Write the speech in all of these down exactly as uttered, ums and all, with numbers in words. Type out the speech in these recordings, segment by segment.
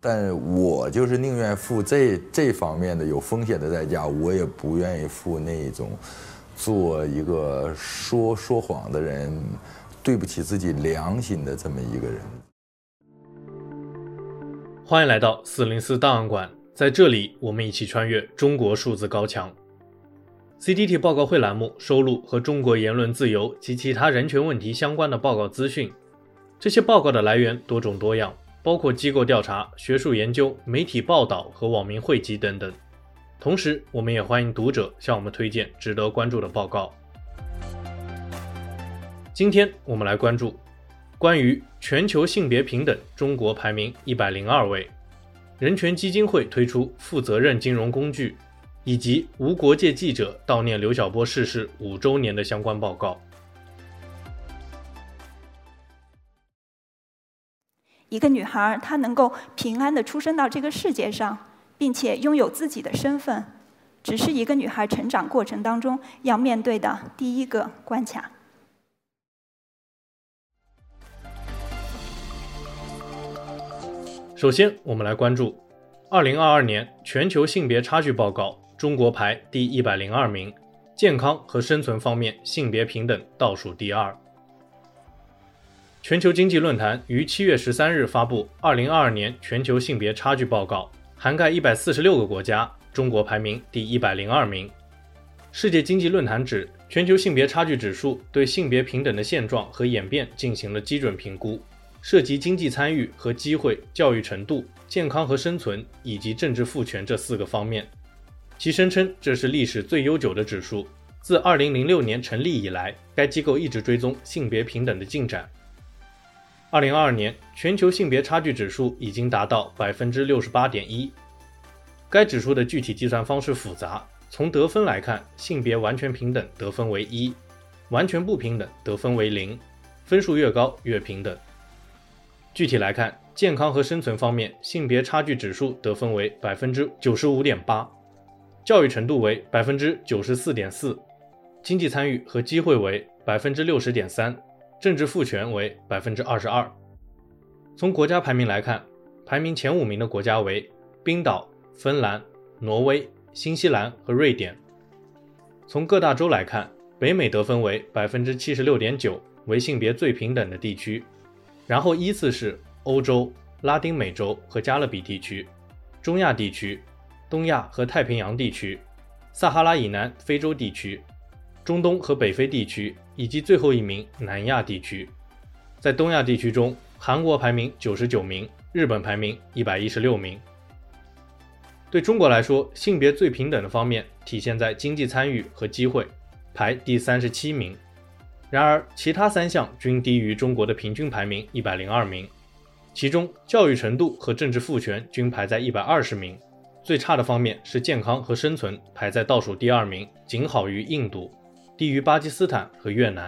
但我就是宁愿付这这方面的有风险的代价，我也不愿意付那种做一个说说谎的人，对不起自己良心的这么一个人。 欢迎来到四零四档案馆，在这里我们一起穿越中国数字高墙。C D T 报告会栏目收录和中国言论自由及其他人权问题相关的报告资讯，这些报告的来源多种多样，包括机构调查、学术研究、媒体报道和网民汇集等等。同时，我们也欢迎读者向我们推荐值得关注的报告。今天我们来关注关于全球性别平等，中国排名一百零二位，人权基金会推出负责任金融工具，以及无国界记者悼念刘晓波逝世五周年的相关报告。 一个女孩，她能够平安地出生到这个世界上，并且拥有自己的身份，只是一个女孩成长过程当中要面对的第一个关卡。 首先，我们来关注二零二二年全球性别差距报告，中国排第一百零二名，健康和生存方面性别平等倒数第二。全球经济论坛于七月十三日发布二零二二年全球性别差距报告，涵盖一百四十六个国家，中国排名第一百零二名。世界经济论坛指，全球性别差距指数对性别平等的现状和演变进行了基准评估，涉及经济参与和机会、教育程度、健康和生存以及政治赋权这四个方面。其声称这是历史最悠久的指数，自二零零六年成立以来，该机构一直追踪性别平等的进展。二零二二年全球性别差距指数已经达到 百分之六十八点一。 该指数的具体计算方式复杂，从得分来看，性别完全平等得分为一，完全不平等得分为零，分数越高越平等。具体来看，健康和生存方面，性别差距指数得分为 百分之九十五点八， 教育程度为 百分之九十四点四， 经济参与和机会为 百分之六十点三， 政治赋权为 百分之二十二。 从国家排名来看，排名前五名的国家为冰岛、芬兰、挪威、新西兰和瑞典。从各大洲来看，北美得分为 百分之七十六点九， 为性别最平等的地区，然后依次是欧洲、拉丁美洲和加勒比地区、中亚地区、东亚和太平洋地区、撒哈拉以南非洲地区、中东和北非地区，以及最后一名南亚地区。在东亚地区中，韩国排名九十九名，日本排名一百一十六名。对中国来说，性别最平等的方面体现在经济参与和机会，排第三十七名。然而，其他三项均低于中国的平均排名一百零二名，其中教育程度和政治赋权均排在一百二十名，最差的方面是健康和生存，排在倒数第二名，仅好于印度，低于巴基斯坦和越南。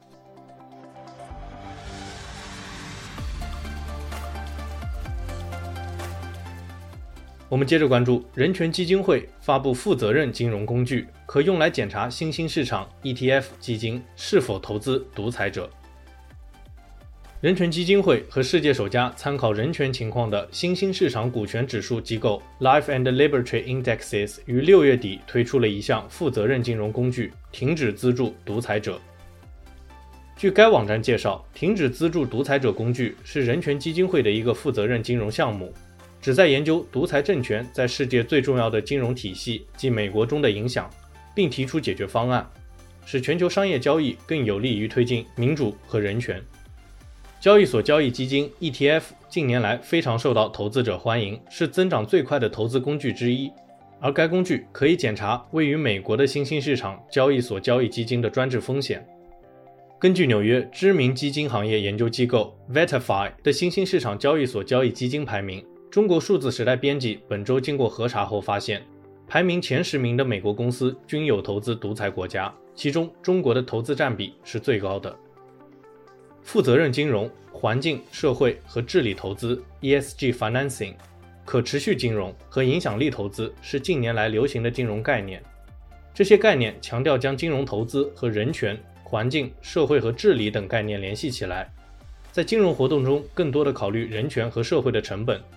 我们接着关注人权基金会发布负责任金融工具，可用来检查新兴市场 E T F 基金是否投资独裁者。人权基金会和世界首家参考人权情况的新兴市场股权指数机构 Life and Liberty Indexes 于六月底推出了一项负责任金融工具，停止资助独裁者。据该网站介绍，停止资助独裁者工具是人权基金会的一个负责任金融项目，旨在研究独裁政权在世界最重要的金融体系即美国中的影响，并提出解决方案，使全球商业交易更有利于推进民主和人权。交易所交易基金 E T F 近年来非常受到投资者欢迎，是增长最快的投资工具之一，而该工具可以检查位于美国的新兴市场交易所交易基金的专制风险。根据纽约知名基金行业研究机构 Verify 的新兴市场交易所交易基金排名，中国数字时代编辑本周经过核查后发现，排名前十名的美国公司均有投资独裁国家，其中中国的投资占比是最高的。负责任金融、环境、社会和治理投资 E S G Financing、可持续金融和影响力投资是近年来流行的金融概念。这些概念强调将金融投资和人权、环境、社会和治理等概念联系起来，在金融活动中更多地考虑人权和社会的成本。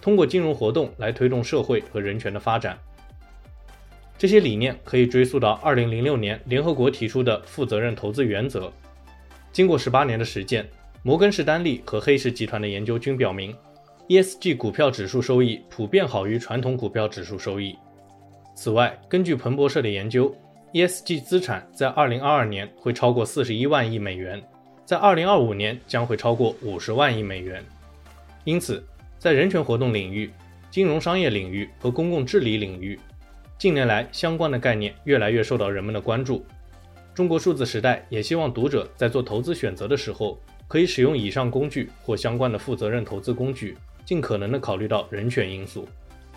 通过金融活动来推动社会和人权的发展。这些理念可以追溯到二零零六年联合国提出的负责任投资原则。经过十八年的实践，摩根士丹利和黑石集团的研究均表明 E S G 股票指数收益普遍好于传统股票指数收益。此外，根据彭博社的研究， E S G 资产在二零二二年会超过四十一万亿美元，在二零二五年将会超过五十万亿美元。因此，在人权活动领域、金融商业领域和公共治理领域，近年来相关的概念越来越受到人们的关注。中国数字时代也希望读者在做投资选择的时候，可以使用以上工具或相关的负责任投资工具，尽可能地考虑到人权因素。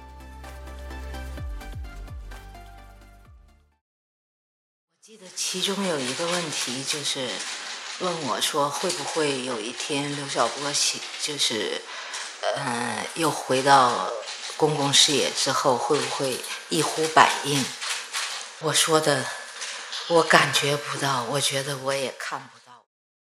我记得其中有一个问题，就是问我说，会不会有一天刘晓波就是呃又回到公共视野之后，会不会一呼百应？我说的我感觉不到，我觉得我也看不到。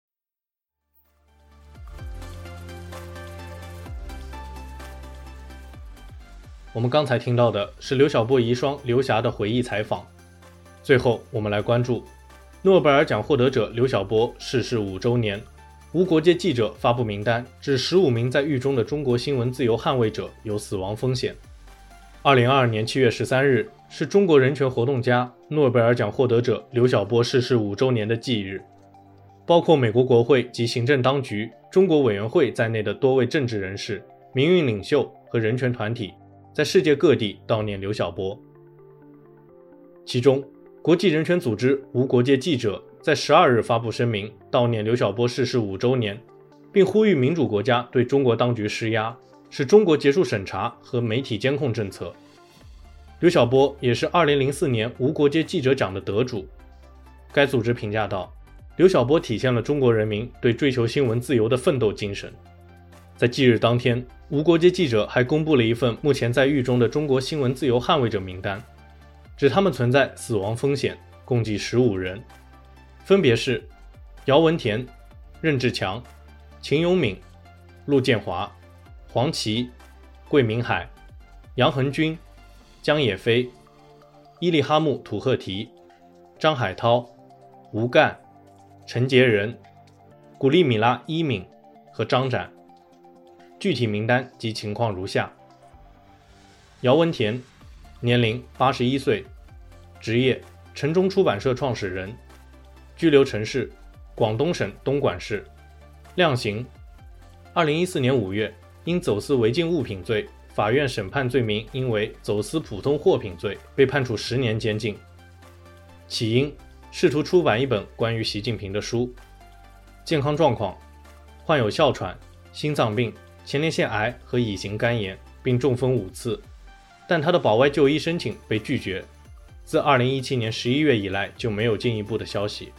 我们刚才听到的是刘晓波遗孀刘霞的回忆采访。最后我们来关注诺贝尔奖获得者刘晓波逝世五周年，无国界记者发布名单，指十五名在狱中的中国新闻自由捍卫者有死亡风险。二零二二年七月十三日是中国人权活动家、诺贝尔奖获得者刘晓波逝世五周年的忌日，包括美国国会及行政当局、中国委员会在内的多位政治人士、民运领袖和人权团体在世界各地悼念刘晓波。其中，国际人权组织无国界记者在十二日发布声明，悼念刘晓波逝世五周年，并呼吁民主国家对中国当局施压，使中国结束审查和媒体监控政策。刘晓波也是二零零四年无国界记者奖的得主。该组织评价道，刘晓波体现了中国人民对追求新闻自由的奋斗精神。在忌日当天，无国界记者还公布了一份目前在狱中的中国新闻自由捍卫者名单，指他们存在死亡风险，共计十五人，分别是姚文田、任志强、秦永敏、陆建华、黄琦、桂明海、杨恒军、江野飞、伊利哈木土赫提、张海涛、吴干、陈杰仁、古利米拉伊敏和张展。具体名单及情况如下：姚文田，年龄八十一岁，职业城中出版社创始人，居留城市广东省东莞市，量刑二零一四年五月因走私违禁物品罪，法院审判罪名应为走私普通货品罪，被判处十年监禁。起因试图出版一本关于习近平的书。健康状况患有哮喘、心脏病、前列腺癌和乙型肝炎，并中风五次，但他的保外就医申请被拒绝。自二零一七年十一月以来就没有进一步的消息。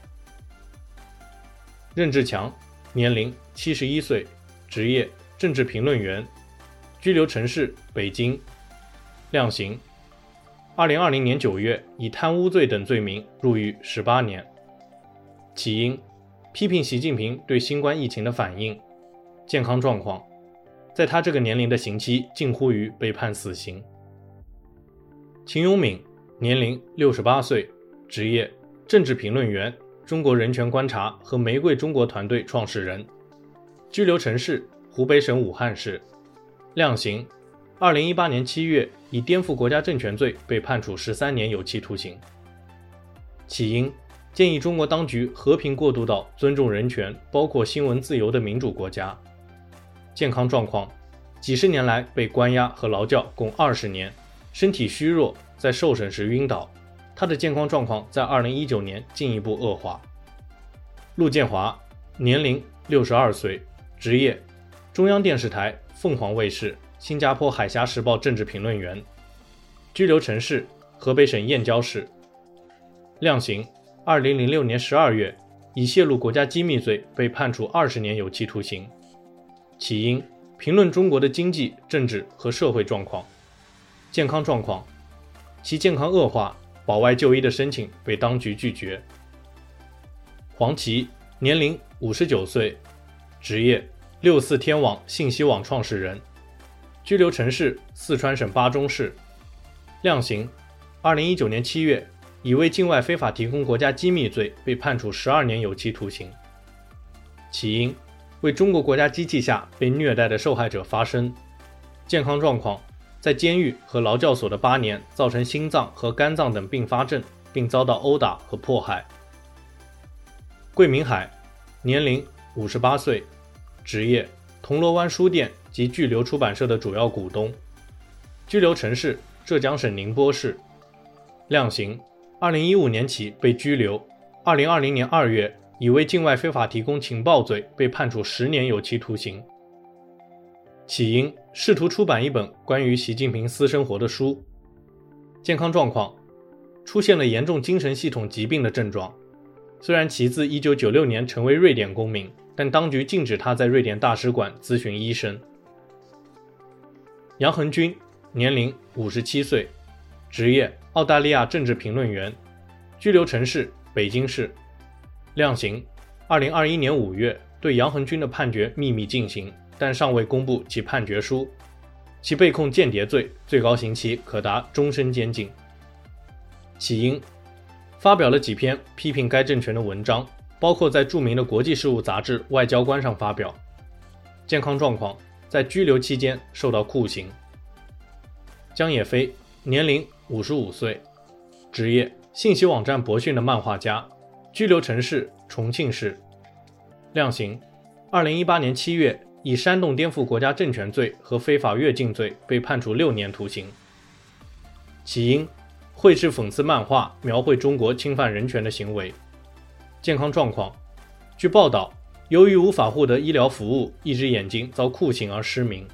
任志强，年龄七十一岁，职业政治评论员，居留城市北京，量刑二零二零年九月以贪污罪等罪名入狱十八年。起因批评习近平对新冠疫情的反应。健康状况在他这个年龄的刑期近乎于被判死刑。秦永敏，年龄六十八岁，职业政治评论员，中国人权观察和玫瑰中国团队创始人，居留城市湖北省武汉市，量刑二零一八年七月以颠覆国家政权罪被判处十三年有期徒刑。起因建议中国当局和平过渡到尊重人权，包括新闻自由的民主国家。健康状况几十年来被关押和劳教共二十年，身体虚弱，在受审时晕倒，他的健康状况在二零一九年进一步恶化。陆建华，年龄六十二岁，职业中央电视台、凤凰卫视、新加坡海峡时报政治评论员，居留城市河北省燕郊市，量刑二零零六年十二月以泄露国家机密罪被判处二十年有期徒刑。起因评论中国的经济、政治和社会状况。健康状况其健康恶化，保外就医的申请被当局拒绝。黄琦，年龄五十九岁，职业六四天网信息网创始人， 居留城市四川省巴中市。量刑二零一九年七月，以为境外非法提供国家机密罪被判处十二年有期徒刑。起因为中国国家机器下被虐待的受害者发声，健康状况在监狱和劳教所的八年造成心脏和肝脏等并发症，并遭到殴打和迫害。桂明海，年龄五十八岁，职业铜锣湾书店及巨流出版社的主要股东，居留城市浙江省宁波市。量刑二零一五年起被拘留，二零二零年二月以为境外非法提供情报罪被判处十年有期徒刑。起因试图出版一本关于习近平私生活的书。健康状况出现了严重精神系统疾病的症状。虽然其自一九九六年成为瑞典公民，但当局禁止他在瑞典大使馆咨询医生。杨恒军，年龄五十七岁，职业澳大利亚政治评论员，居留城市北京市。量刑二零二一年五月，对杨恒军的判决秘密进行，但尚未公布其判决书。其被控间谍罪，最高刑期可达终身监禁。起因发表了几篇批评该政权的文章，包括在著名的国际事务杂志《外交官》上发表。健康状况在拘留期间受到酷刑。江野飞，年龄五十五岁，职业信息网站博讯的漫画家，居留城市重庆市。量刑二零一八年七月，以煽动颠覆国家政权罪和非法越境罪被判处六年徒刑。起因绘制讽刺漫画，描绘中国侵犯人权的行为。健康状况据报道，由于无法获得医疗服务，一只眼睛遭酷刑而失明。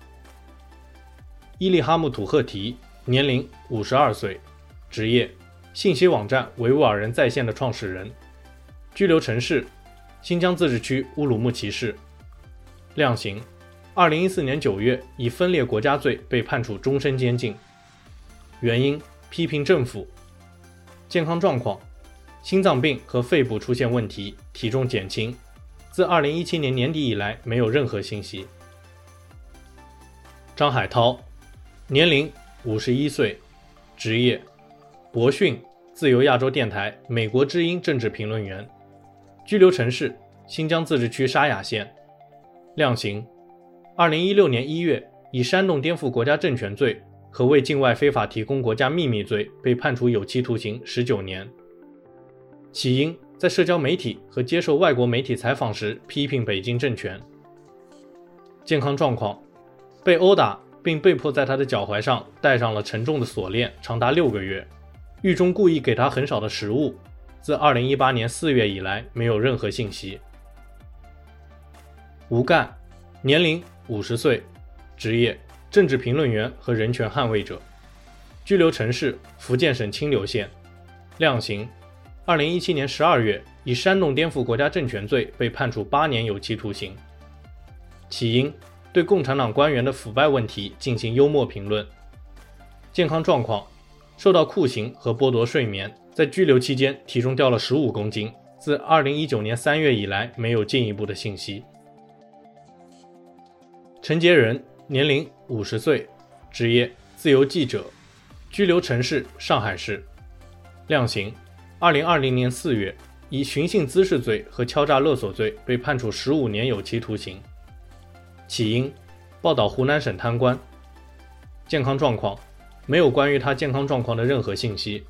伊利哈木土赫提，年龄五十二岁，职业信息网站维吾尔人在线的创始人，居留城市新疆自治区乌鲁木齐市。量刑二零一四年九月，以分裂国家罪被判处终身监禁。原因批评政府。健康状况心脏病和肺部出现问题，体重减轻，自二零一七年年底以来没有任何信息。张海涛，年龄五十一岁，职业博讯、自由亚洲电台、美国之音政治评论员，居留城市新疆自治区沙雅县。量刑二零一六年一月，以煽动颠覆国家政权罪和为境外非法提供国家秘密罪被判处有期徒刑十九年。起因在社交媒体和接受外国媒体采访时批评北京政权。健康状况被殴打并被迫在他的脚踝上戴上了沉重的锁链，长达六个月，狱中故意给他很少的食物，自二零一八年四月以来没有任何信息。吴干，年龄五十岁，职业政治评论员和人权捍卫者，居留城市福建省清流县。量刑二零一七年十二月，以煽动颠覆国家政权罪被判处八年有期徒刑。起因对共产党官员的腐败问题进行幽默评论。健康状况受到酷刑和剥夺睡眠，在拘留期间体重掉了十五公斤，自二零一九年三月以来没有进一步的信息。陈杰仁，年龄五十岁，职业自由记者，居留城市上海市。量刑二零二零年四月，以寻衅滋事罪和敲诈勒索罪被判处十五年有期徒刑。起因报道湖南省贪官。健康状况没有关于他健康状况的任何信息。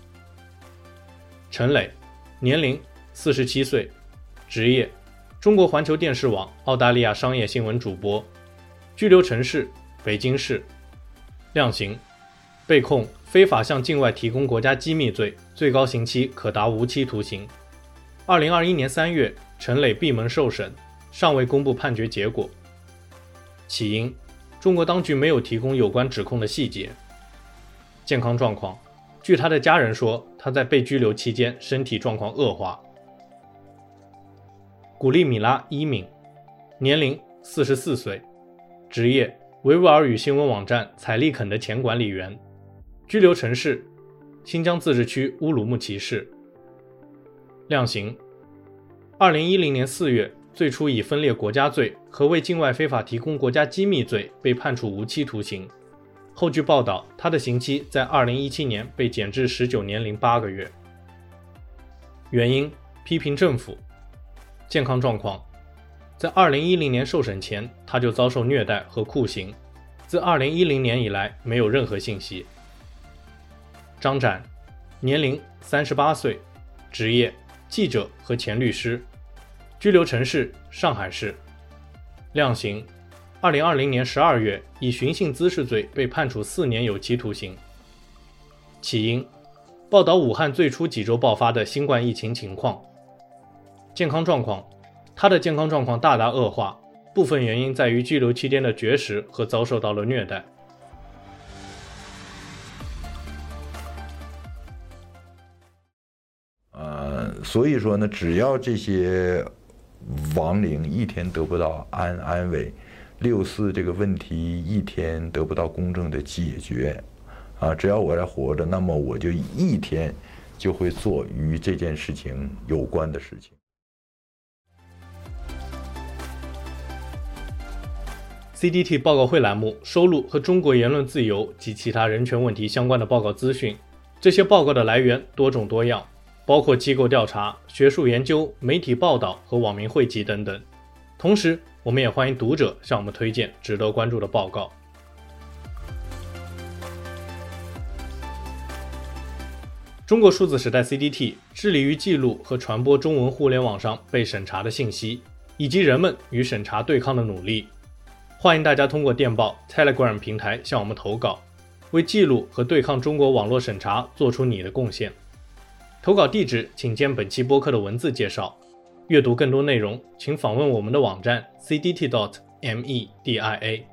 陈磊，年龄四十七岁，职业中国环球电视网澳大利亚商业新闻主播，居留城市北京市。量刑被控非法向境外提供国家机密罪，最高刑期可达无期徒刑。二零二一年三月，陈磊闭门受审，尚未公布判决结果。起因中国当局没有提供有关指控的细节。健康状况据他的家人说，他在被拘留期间身体状况恶化。古利米拉·伊敏，年龄四十四岁，职业维吾尔语新闻网站采利肯的前管理员，居留城市新疆自治区乌鲁木齐市。量刑二零一零年四月， 最初以分裂国家罪和为境外非法提供国家机密罪被判处无期徒刑。后据报道，他的刑期在二零一七年被减至十九年零八个月。原因：批评政府。健康状况：在二零一零年受审前，他就遭受虐待和酷刑。自二零一零年以来，没有任何信息。张展，年龄三十八岁，职业记者和前律师，居留城市上海市。量刑：二零二零年十二月以寻衅滋事罪被判处四年有期徒刑。起因：报道武汉最初几周爆发的新冠疫情情况。健康状况：他的健康状况大大恶化，部分原因在于拘留期间的绝食和遭受到了虐待。 呃，所以说呢，只要这些亡灵一天得不到安安慰，六四这个问题一天得不到公正的解决，啊，只要我还活着，那么我就一天就会做与这件事情有关的事情。 C D T 报告会栏目收录和中国言论自由及其他人权问题相关的报告资讯，这些报告的来源多种多样，包括机构调查、学术研究、媒体报道和网民汇集等等。同时，我们也欢迎读者向我们推荐值得关注的报告。中国数字时代 C D T 致力于记录和传播中文互联网上被审查的信息，以及人们与审查对抗的努力。欢迎大家通过电报 Telegram 平台向我们投稿，为记录和对抗中国网络审查做出你的贡献。投稿地址请见本期播客的文字介绍。阅读更多内容，请访问我们的网站 c d t dot media。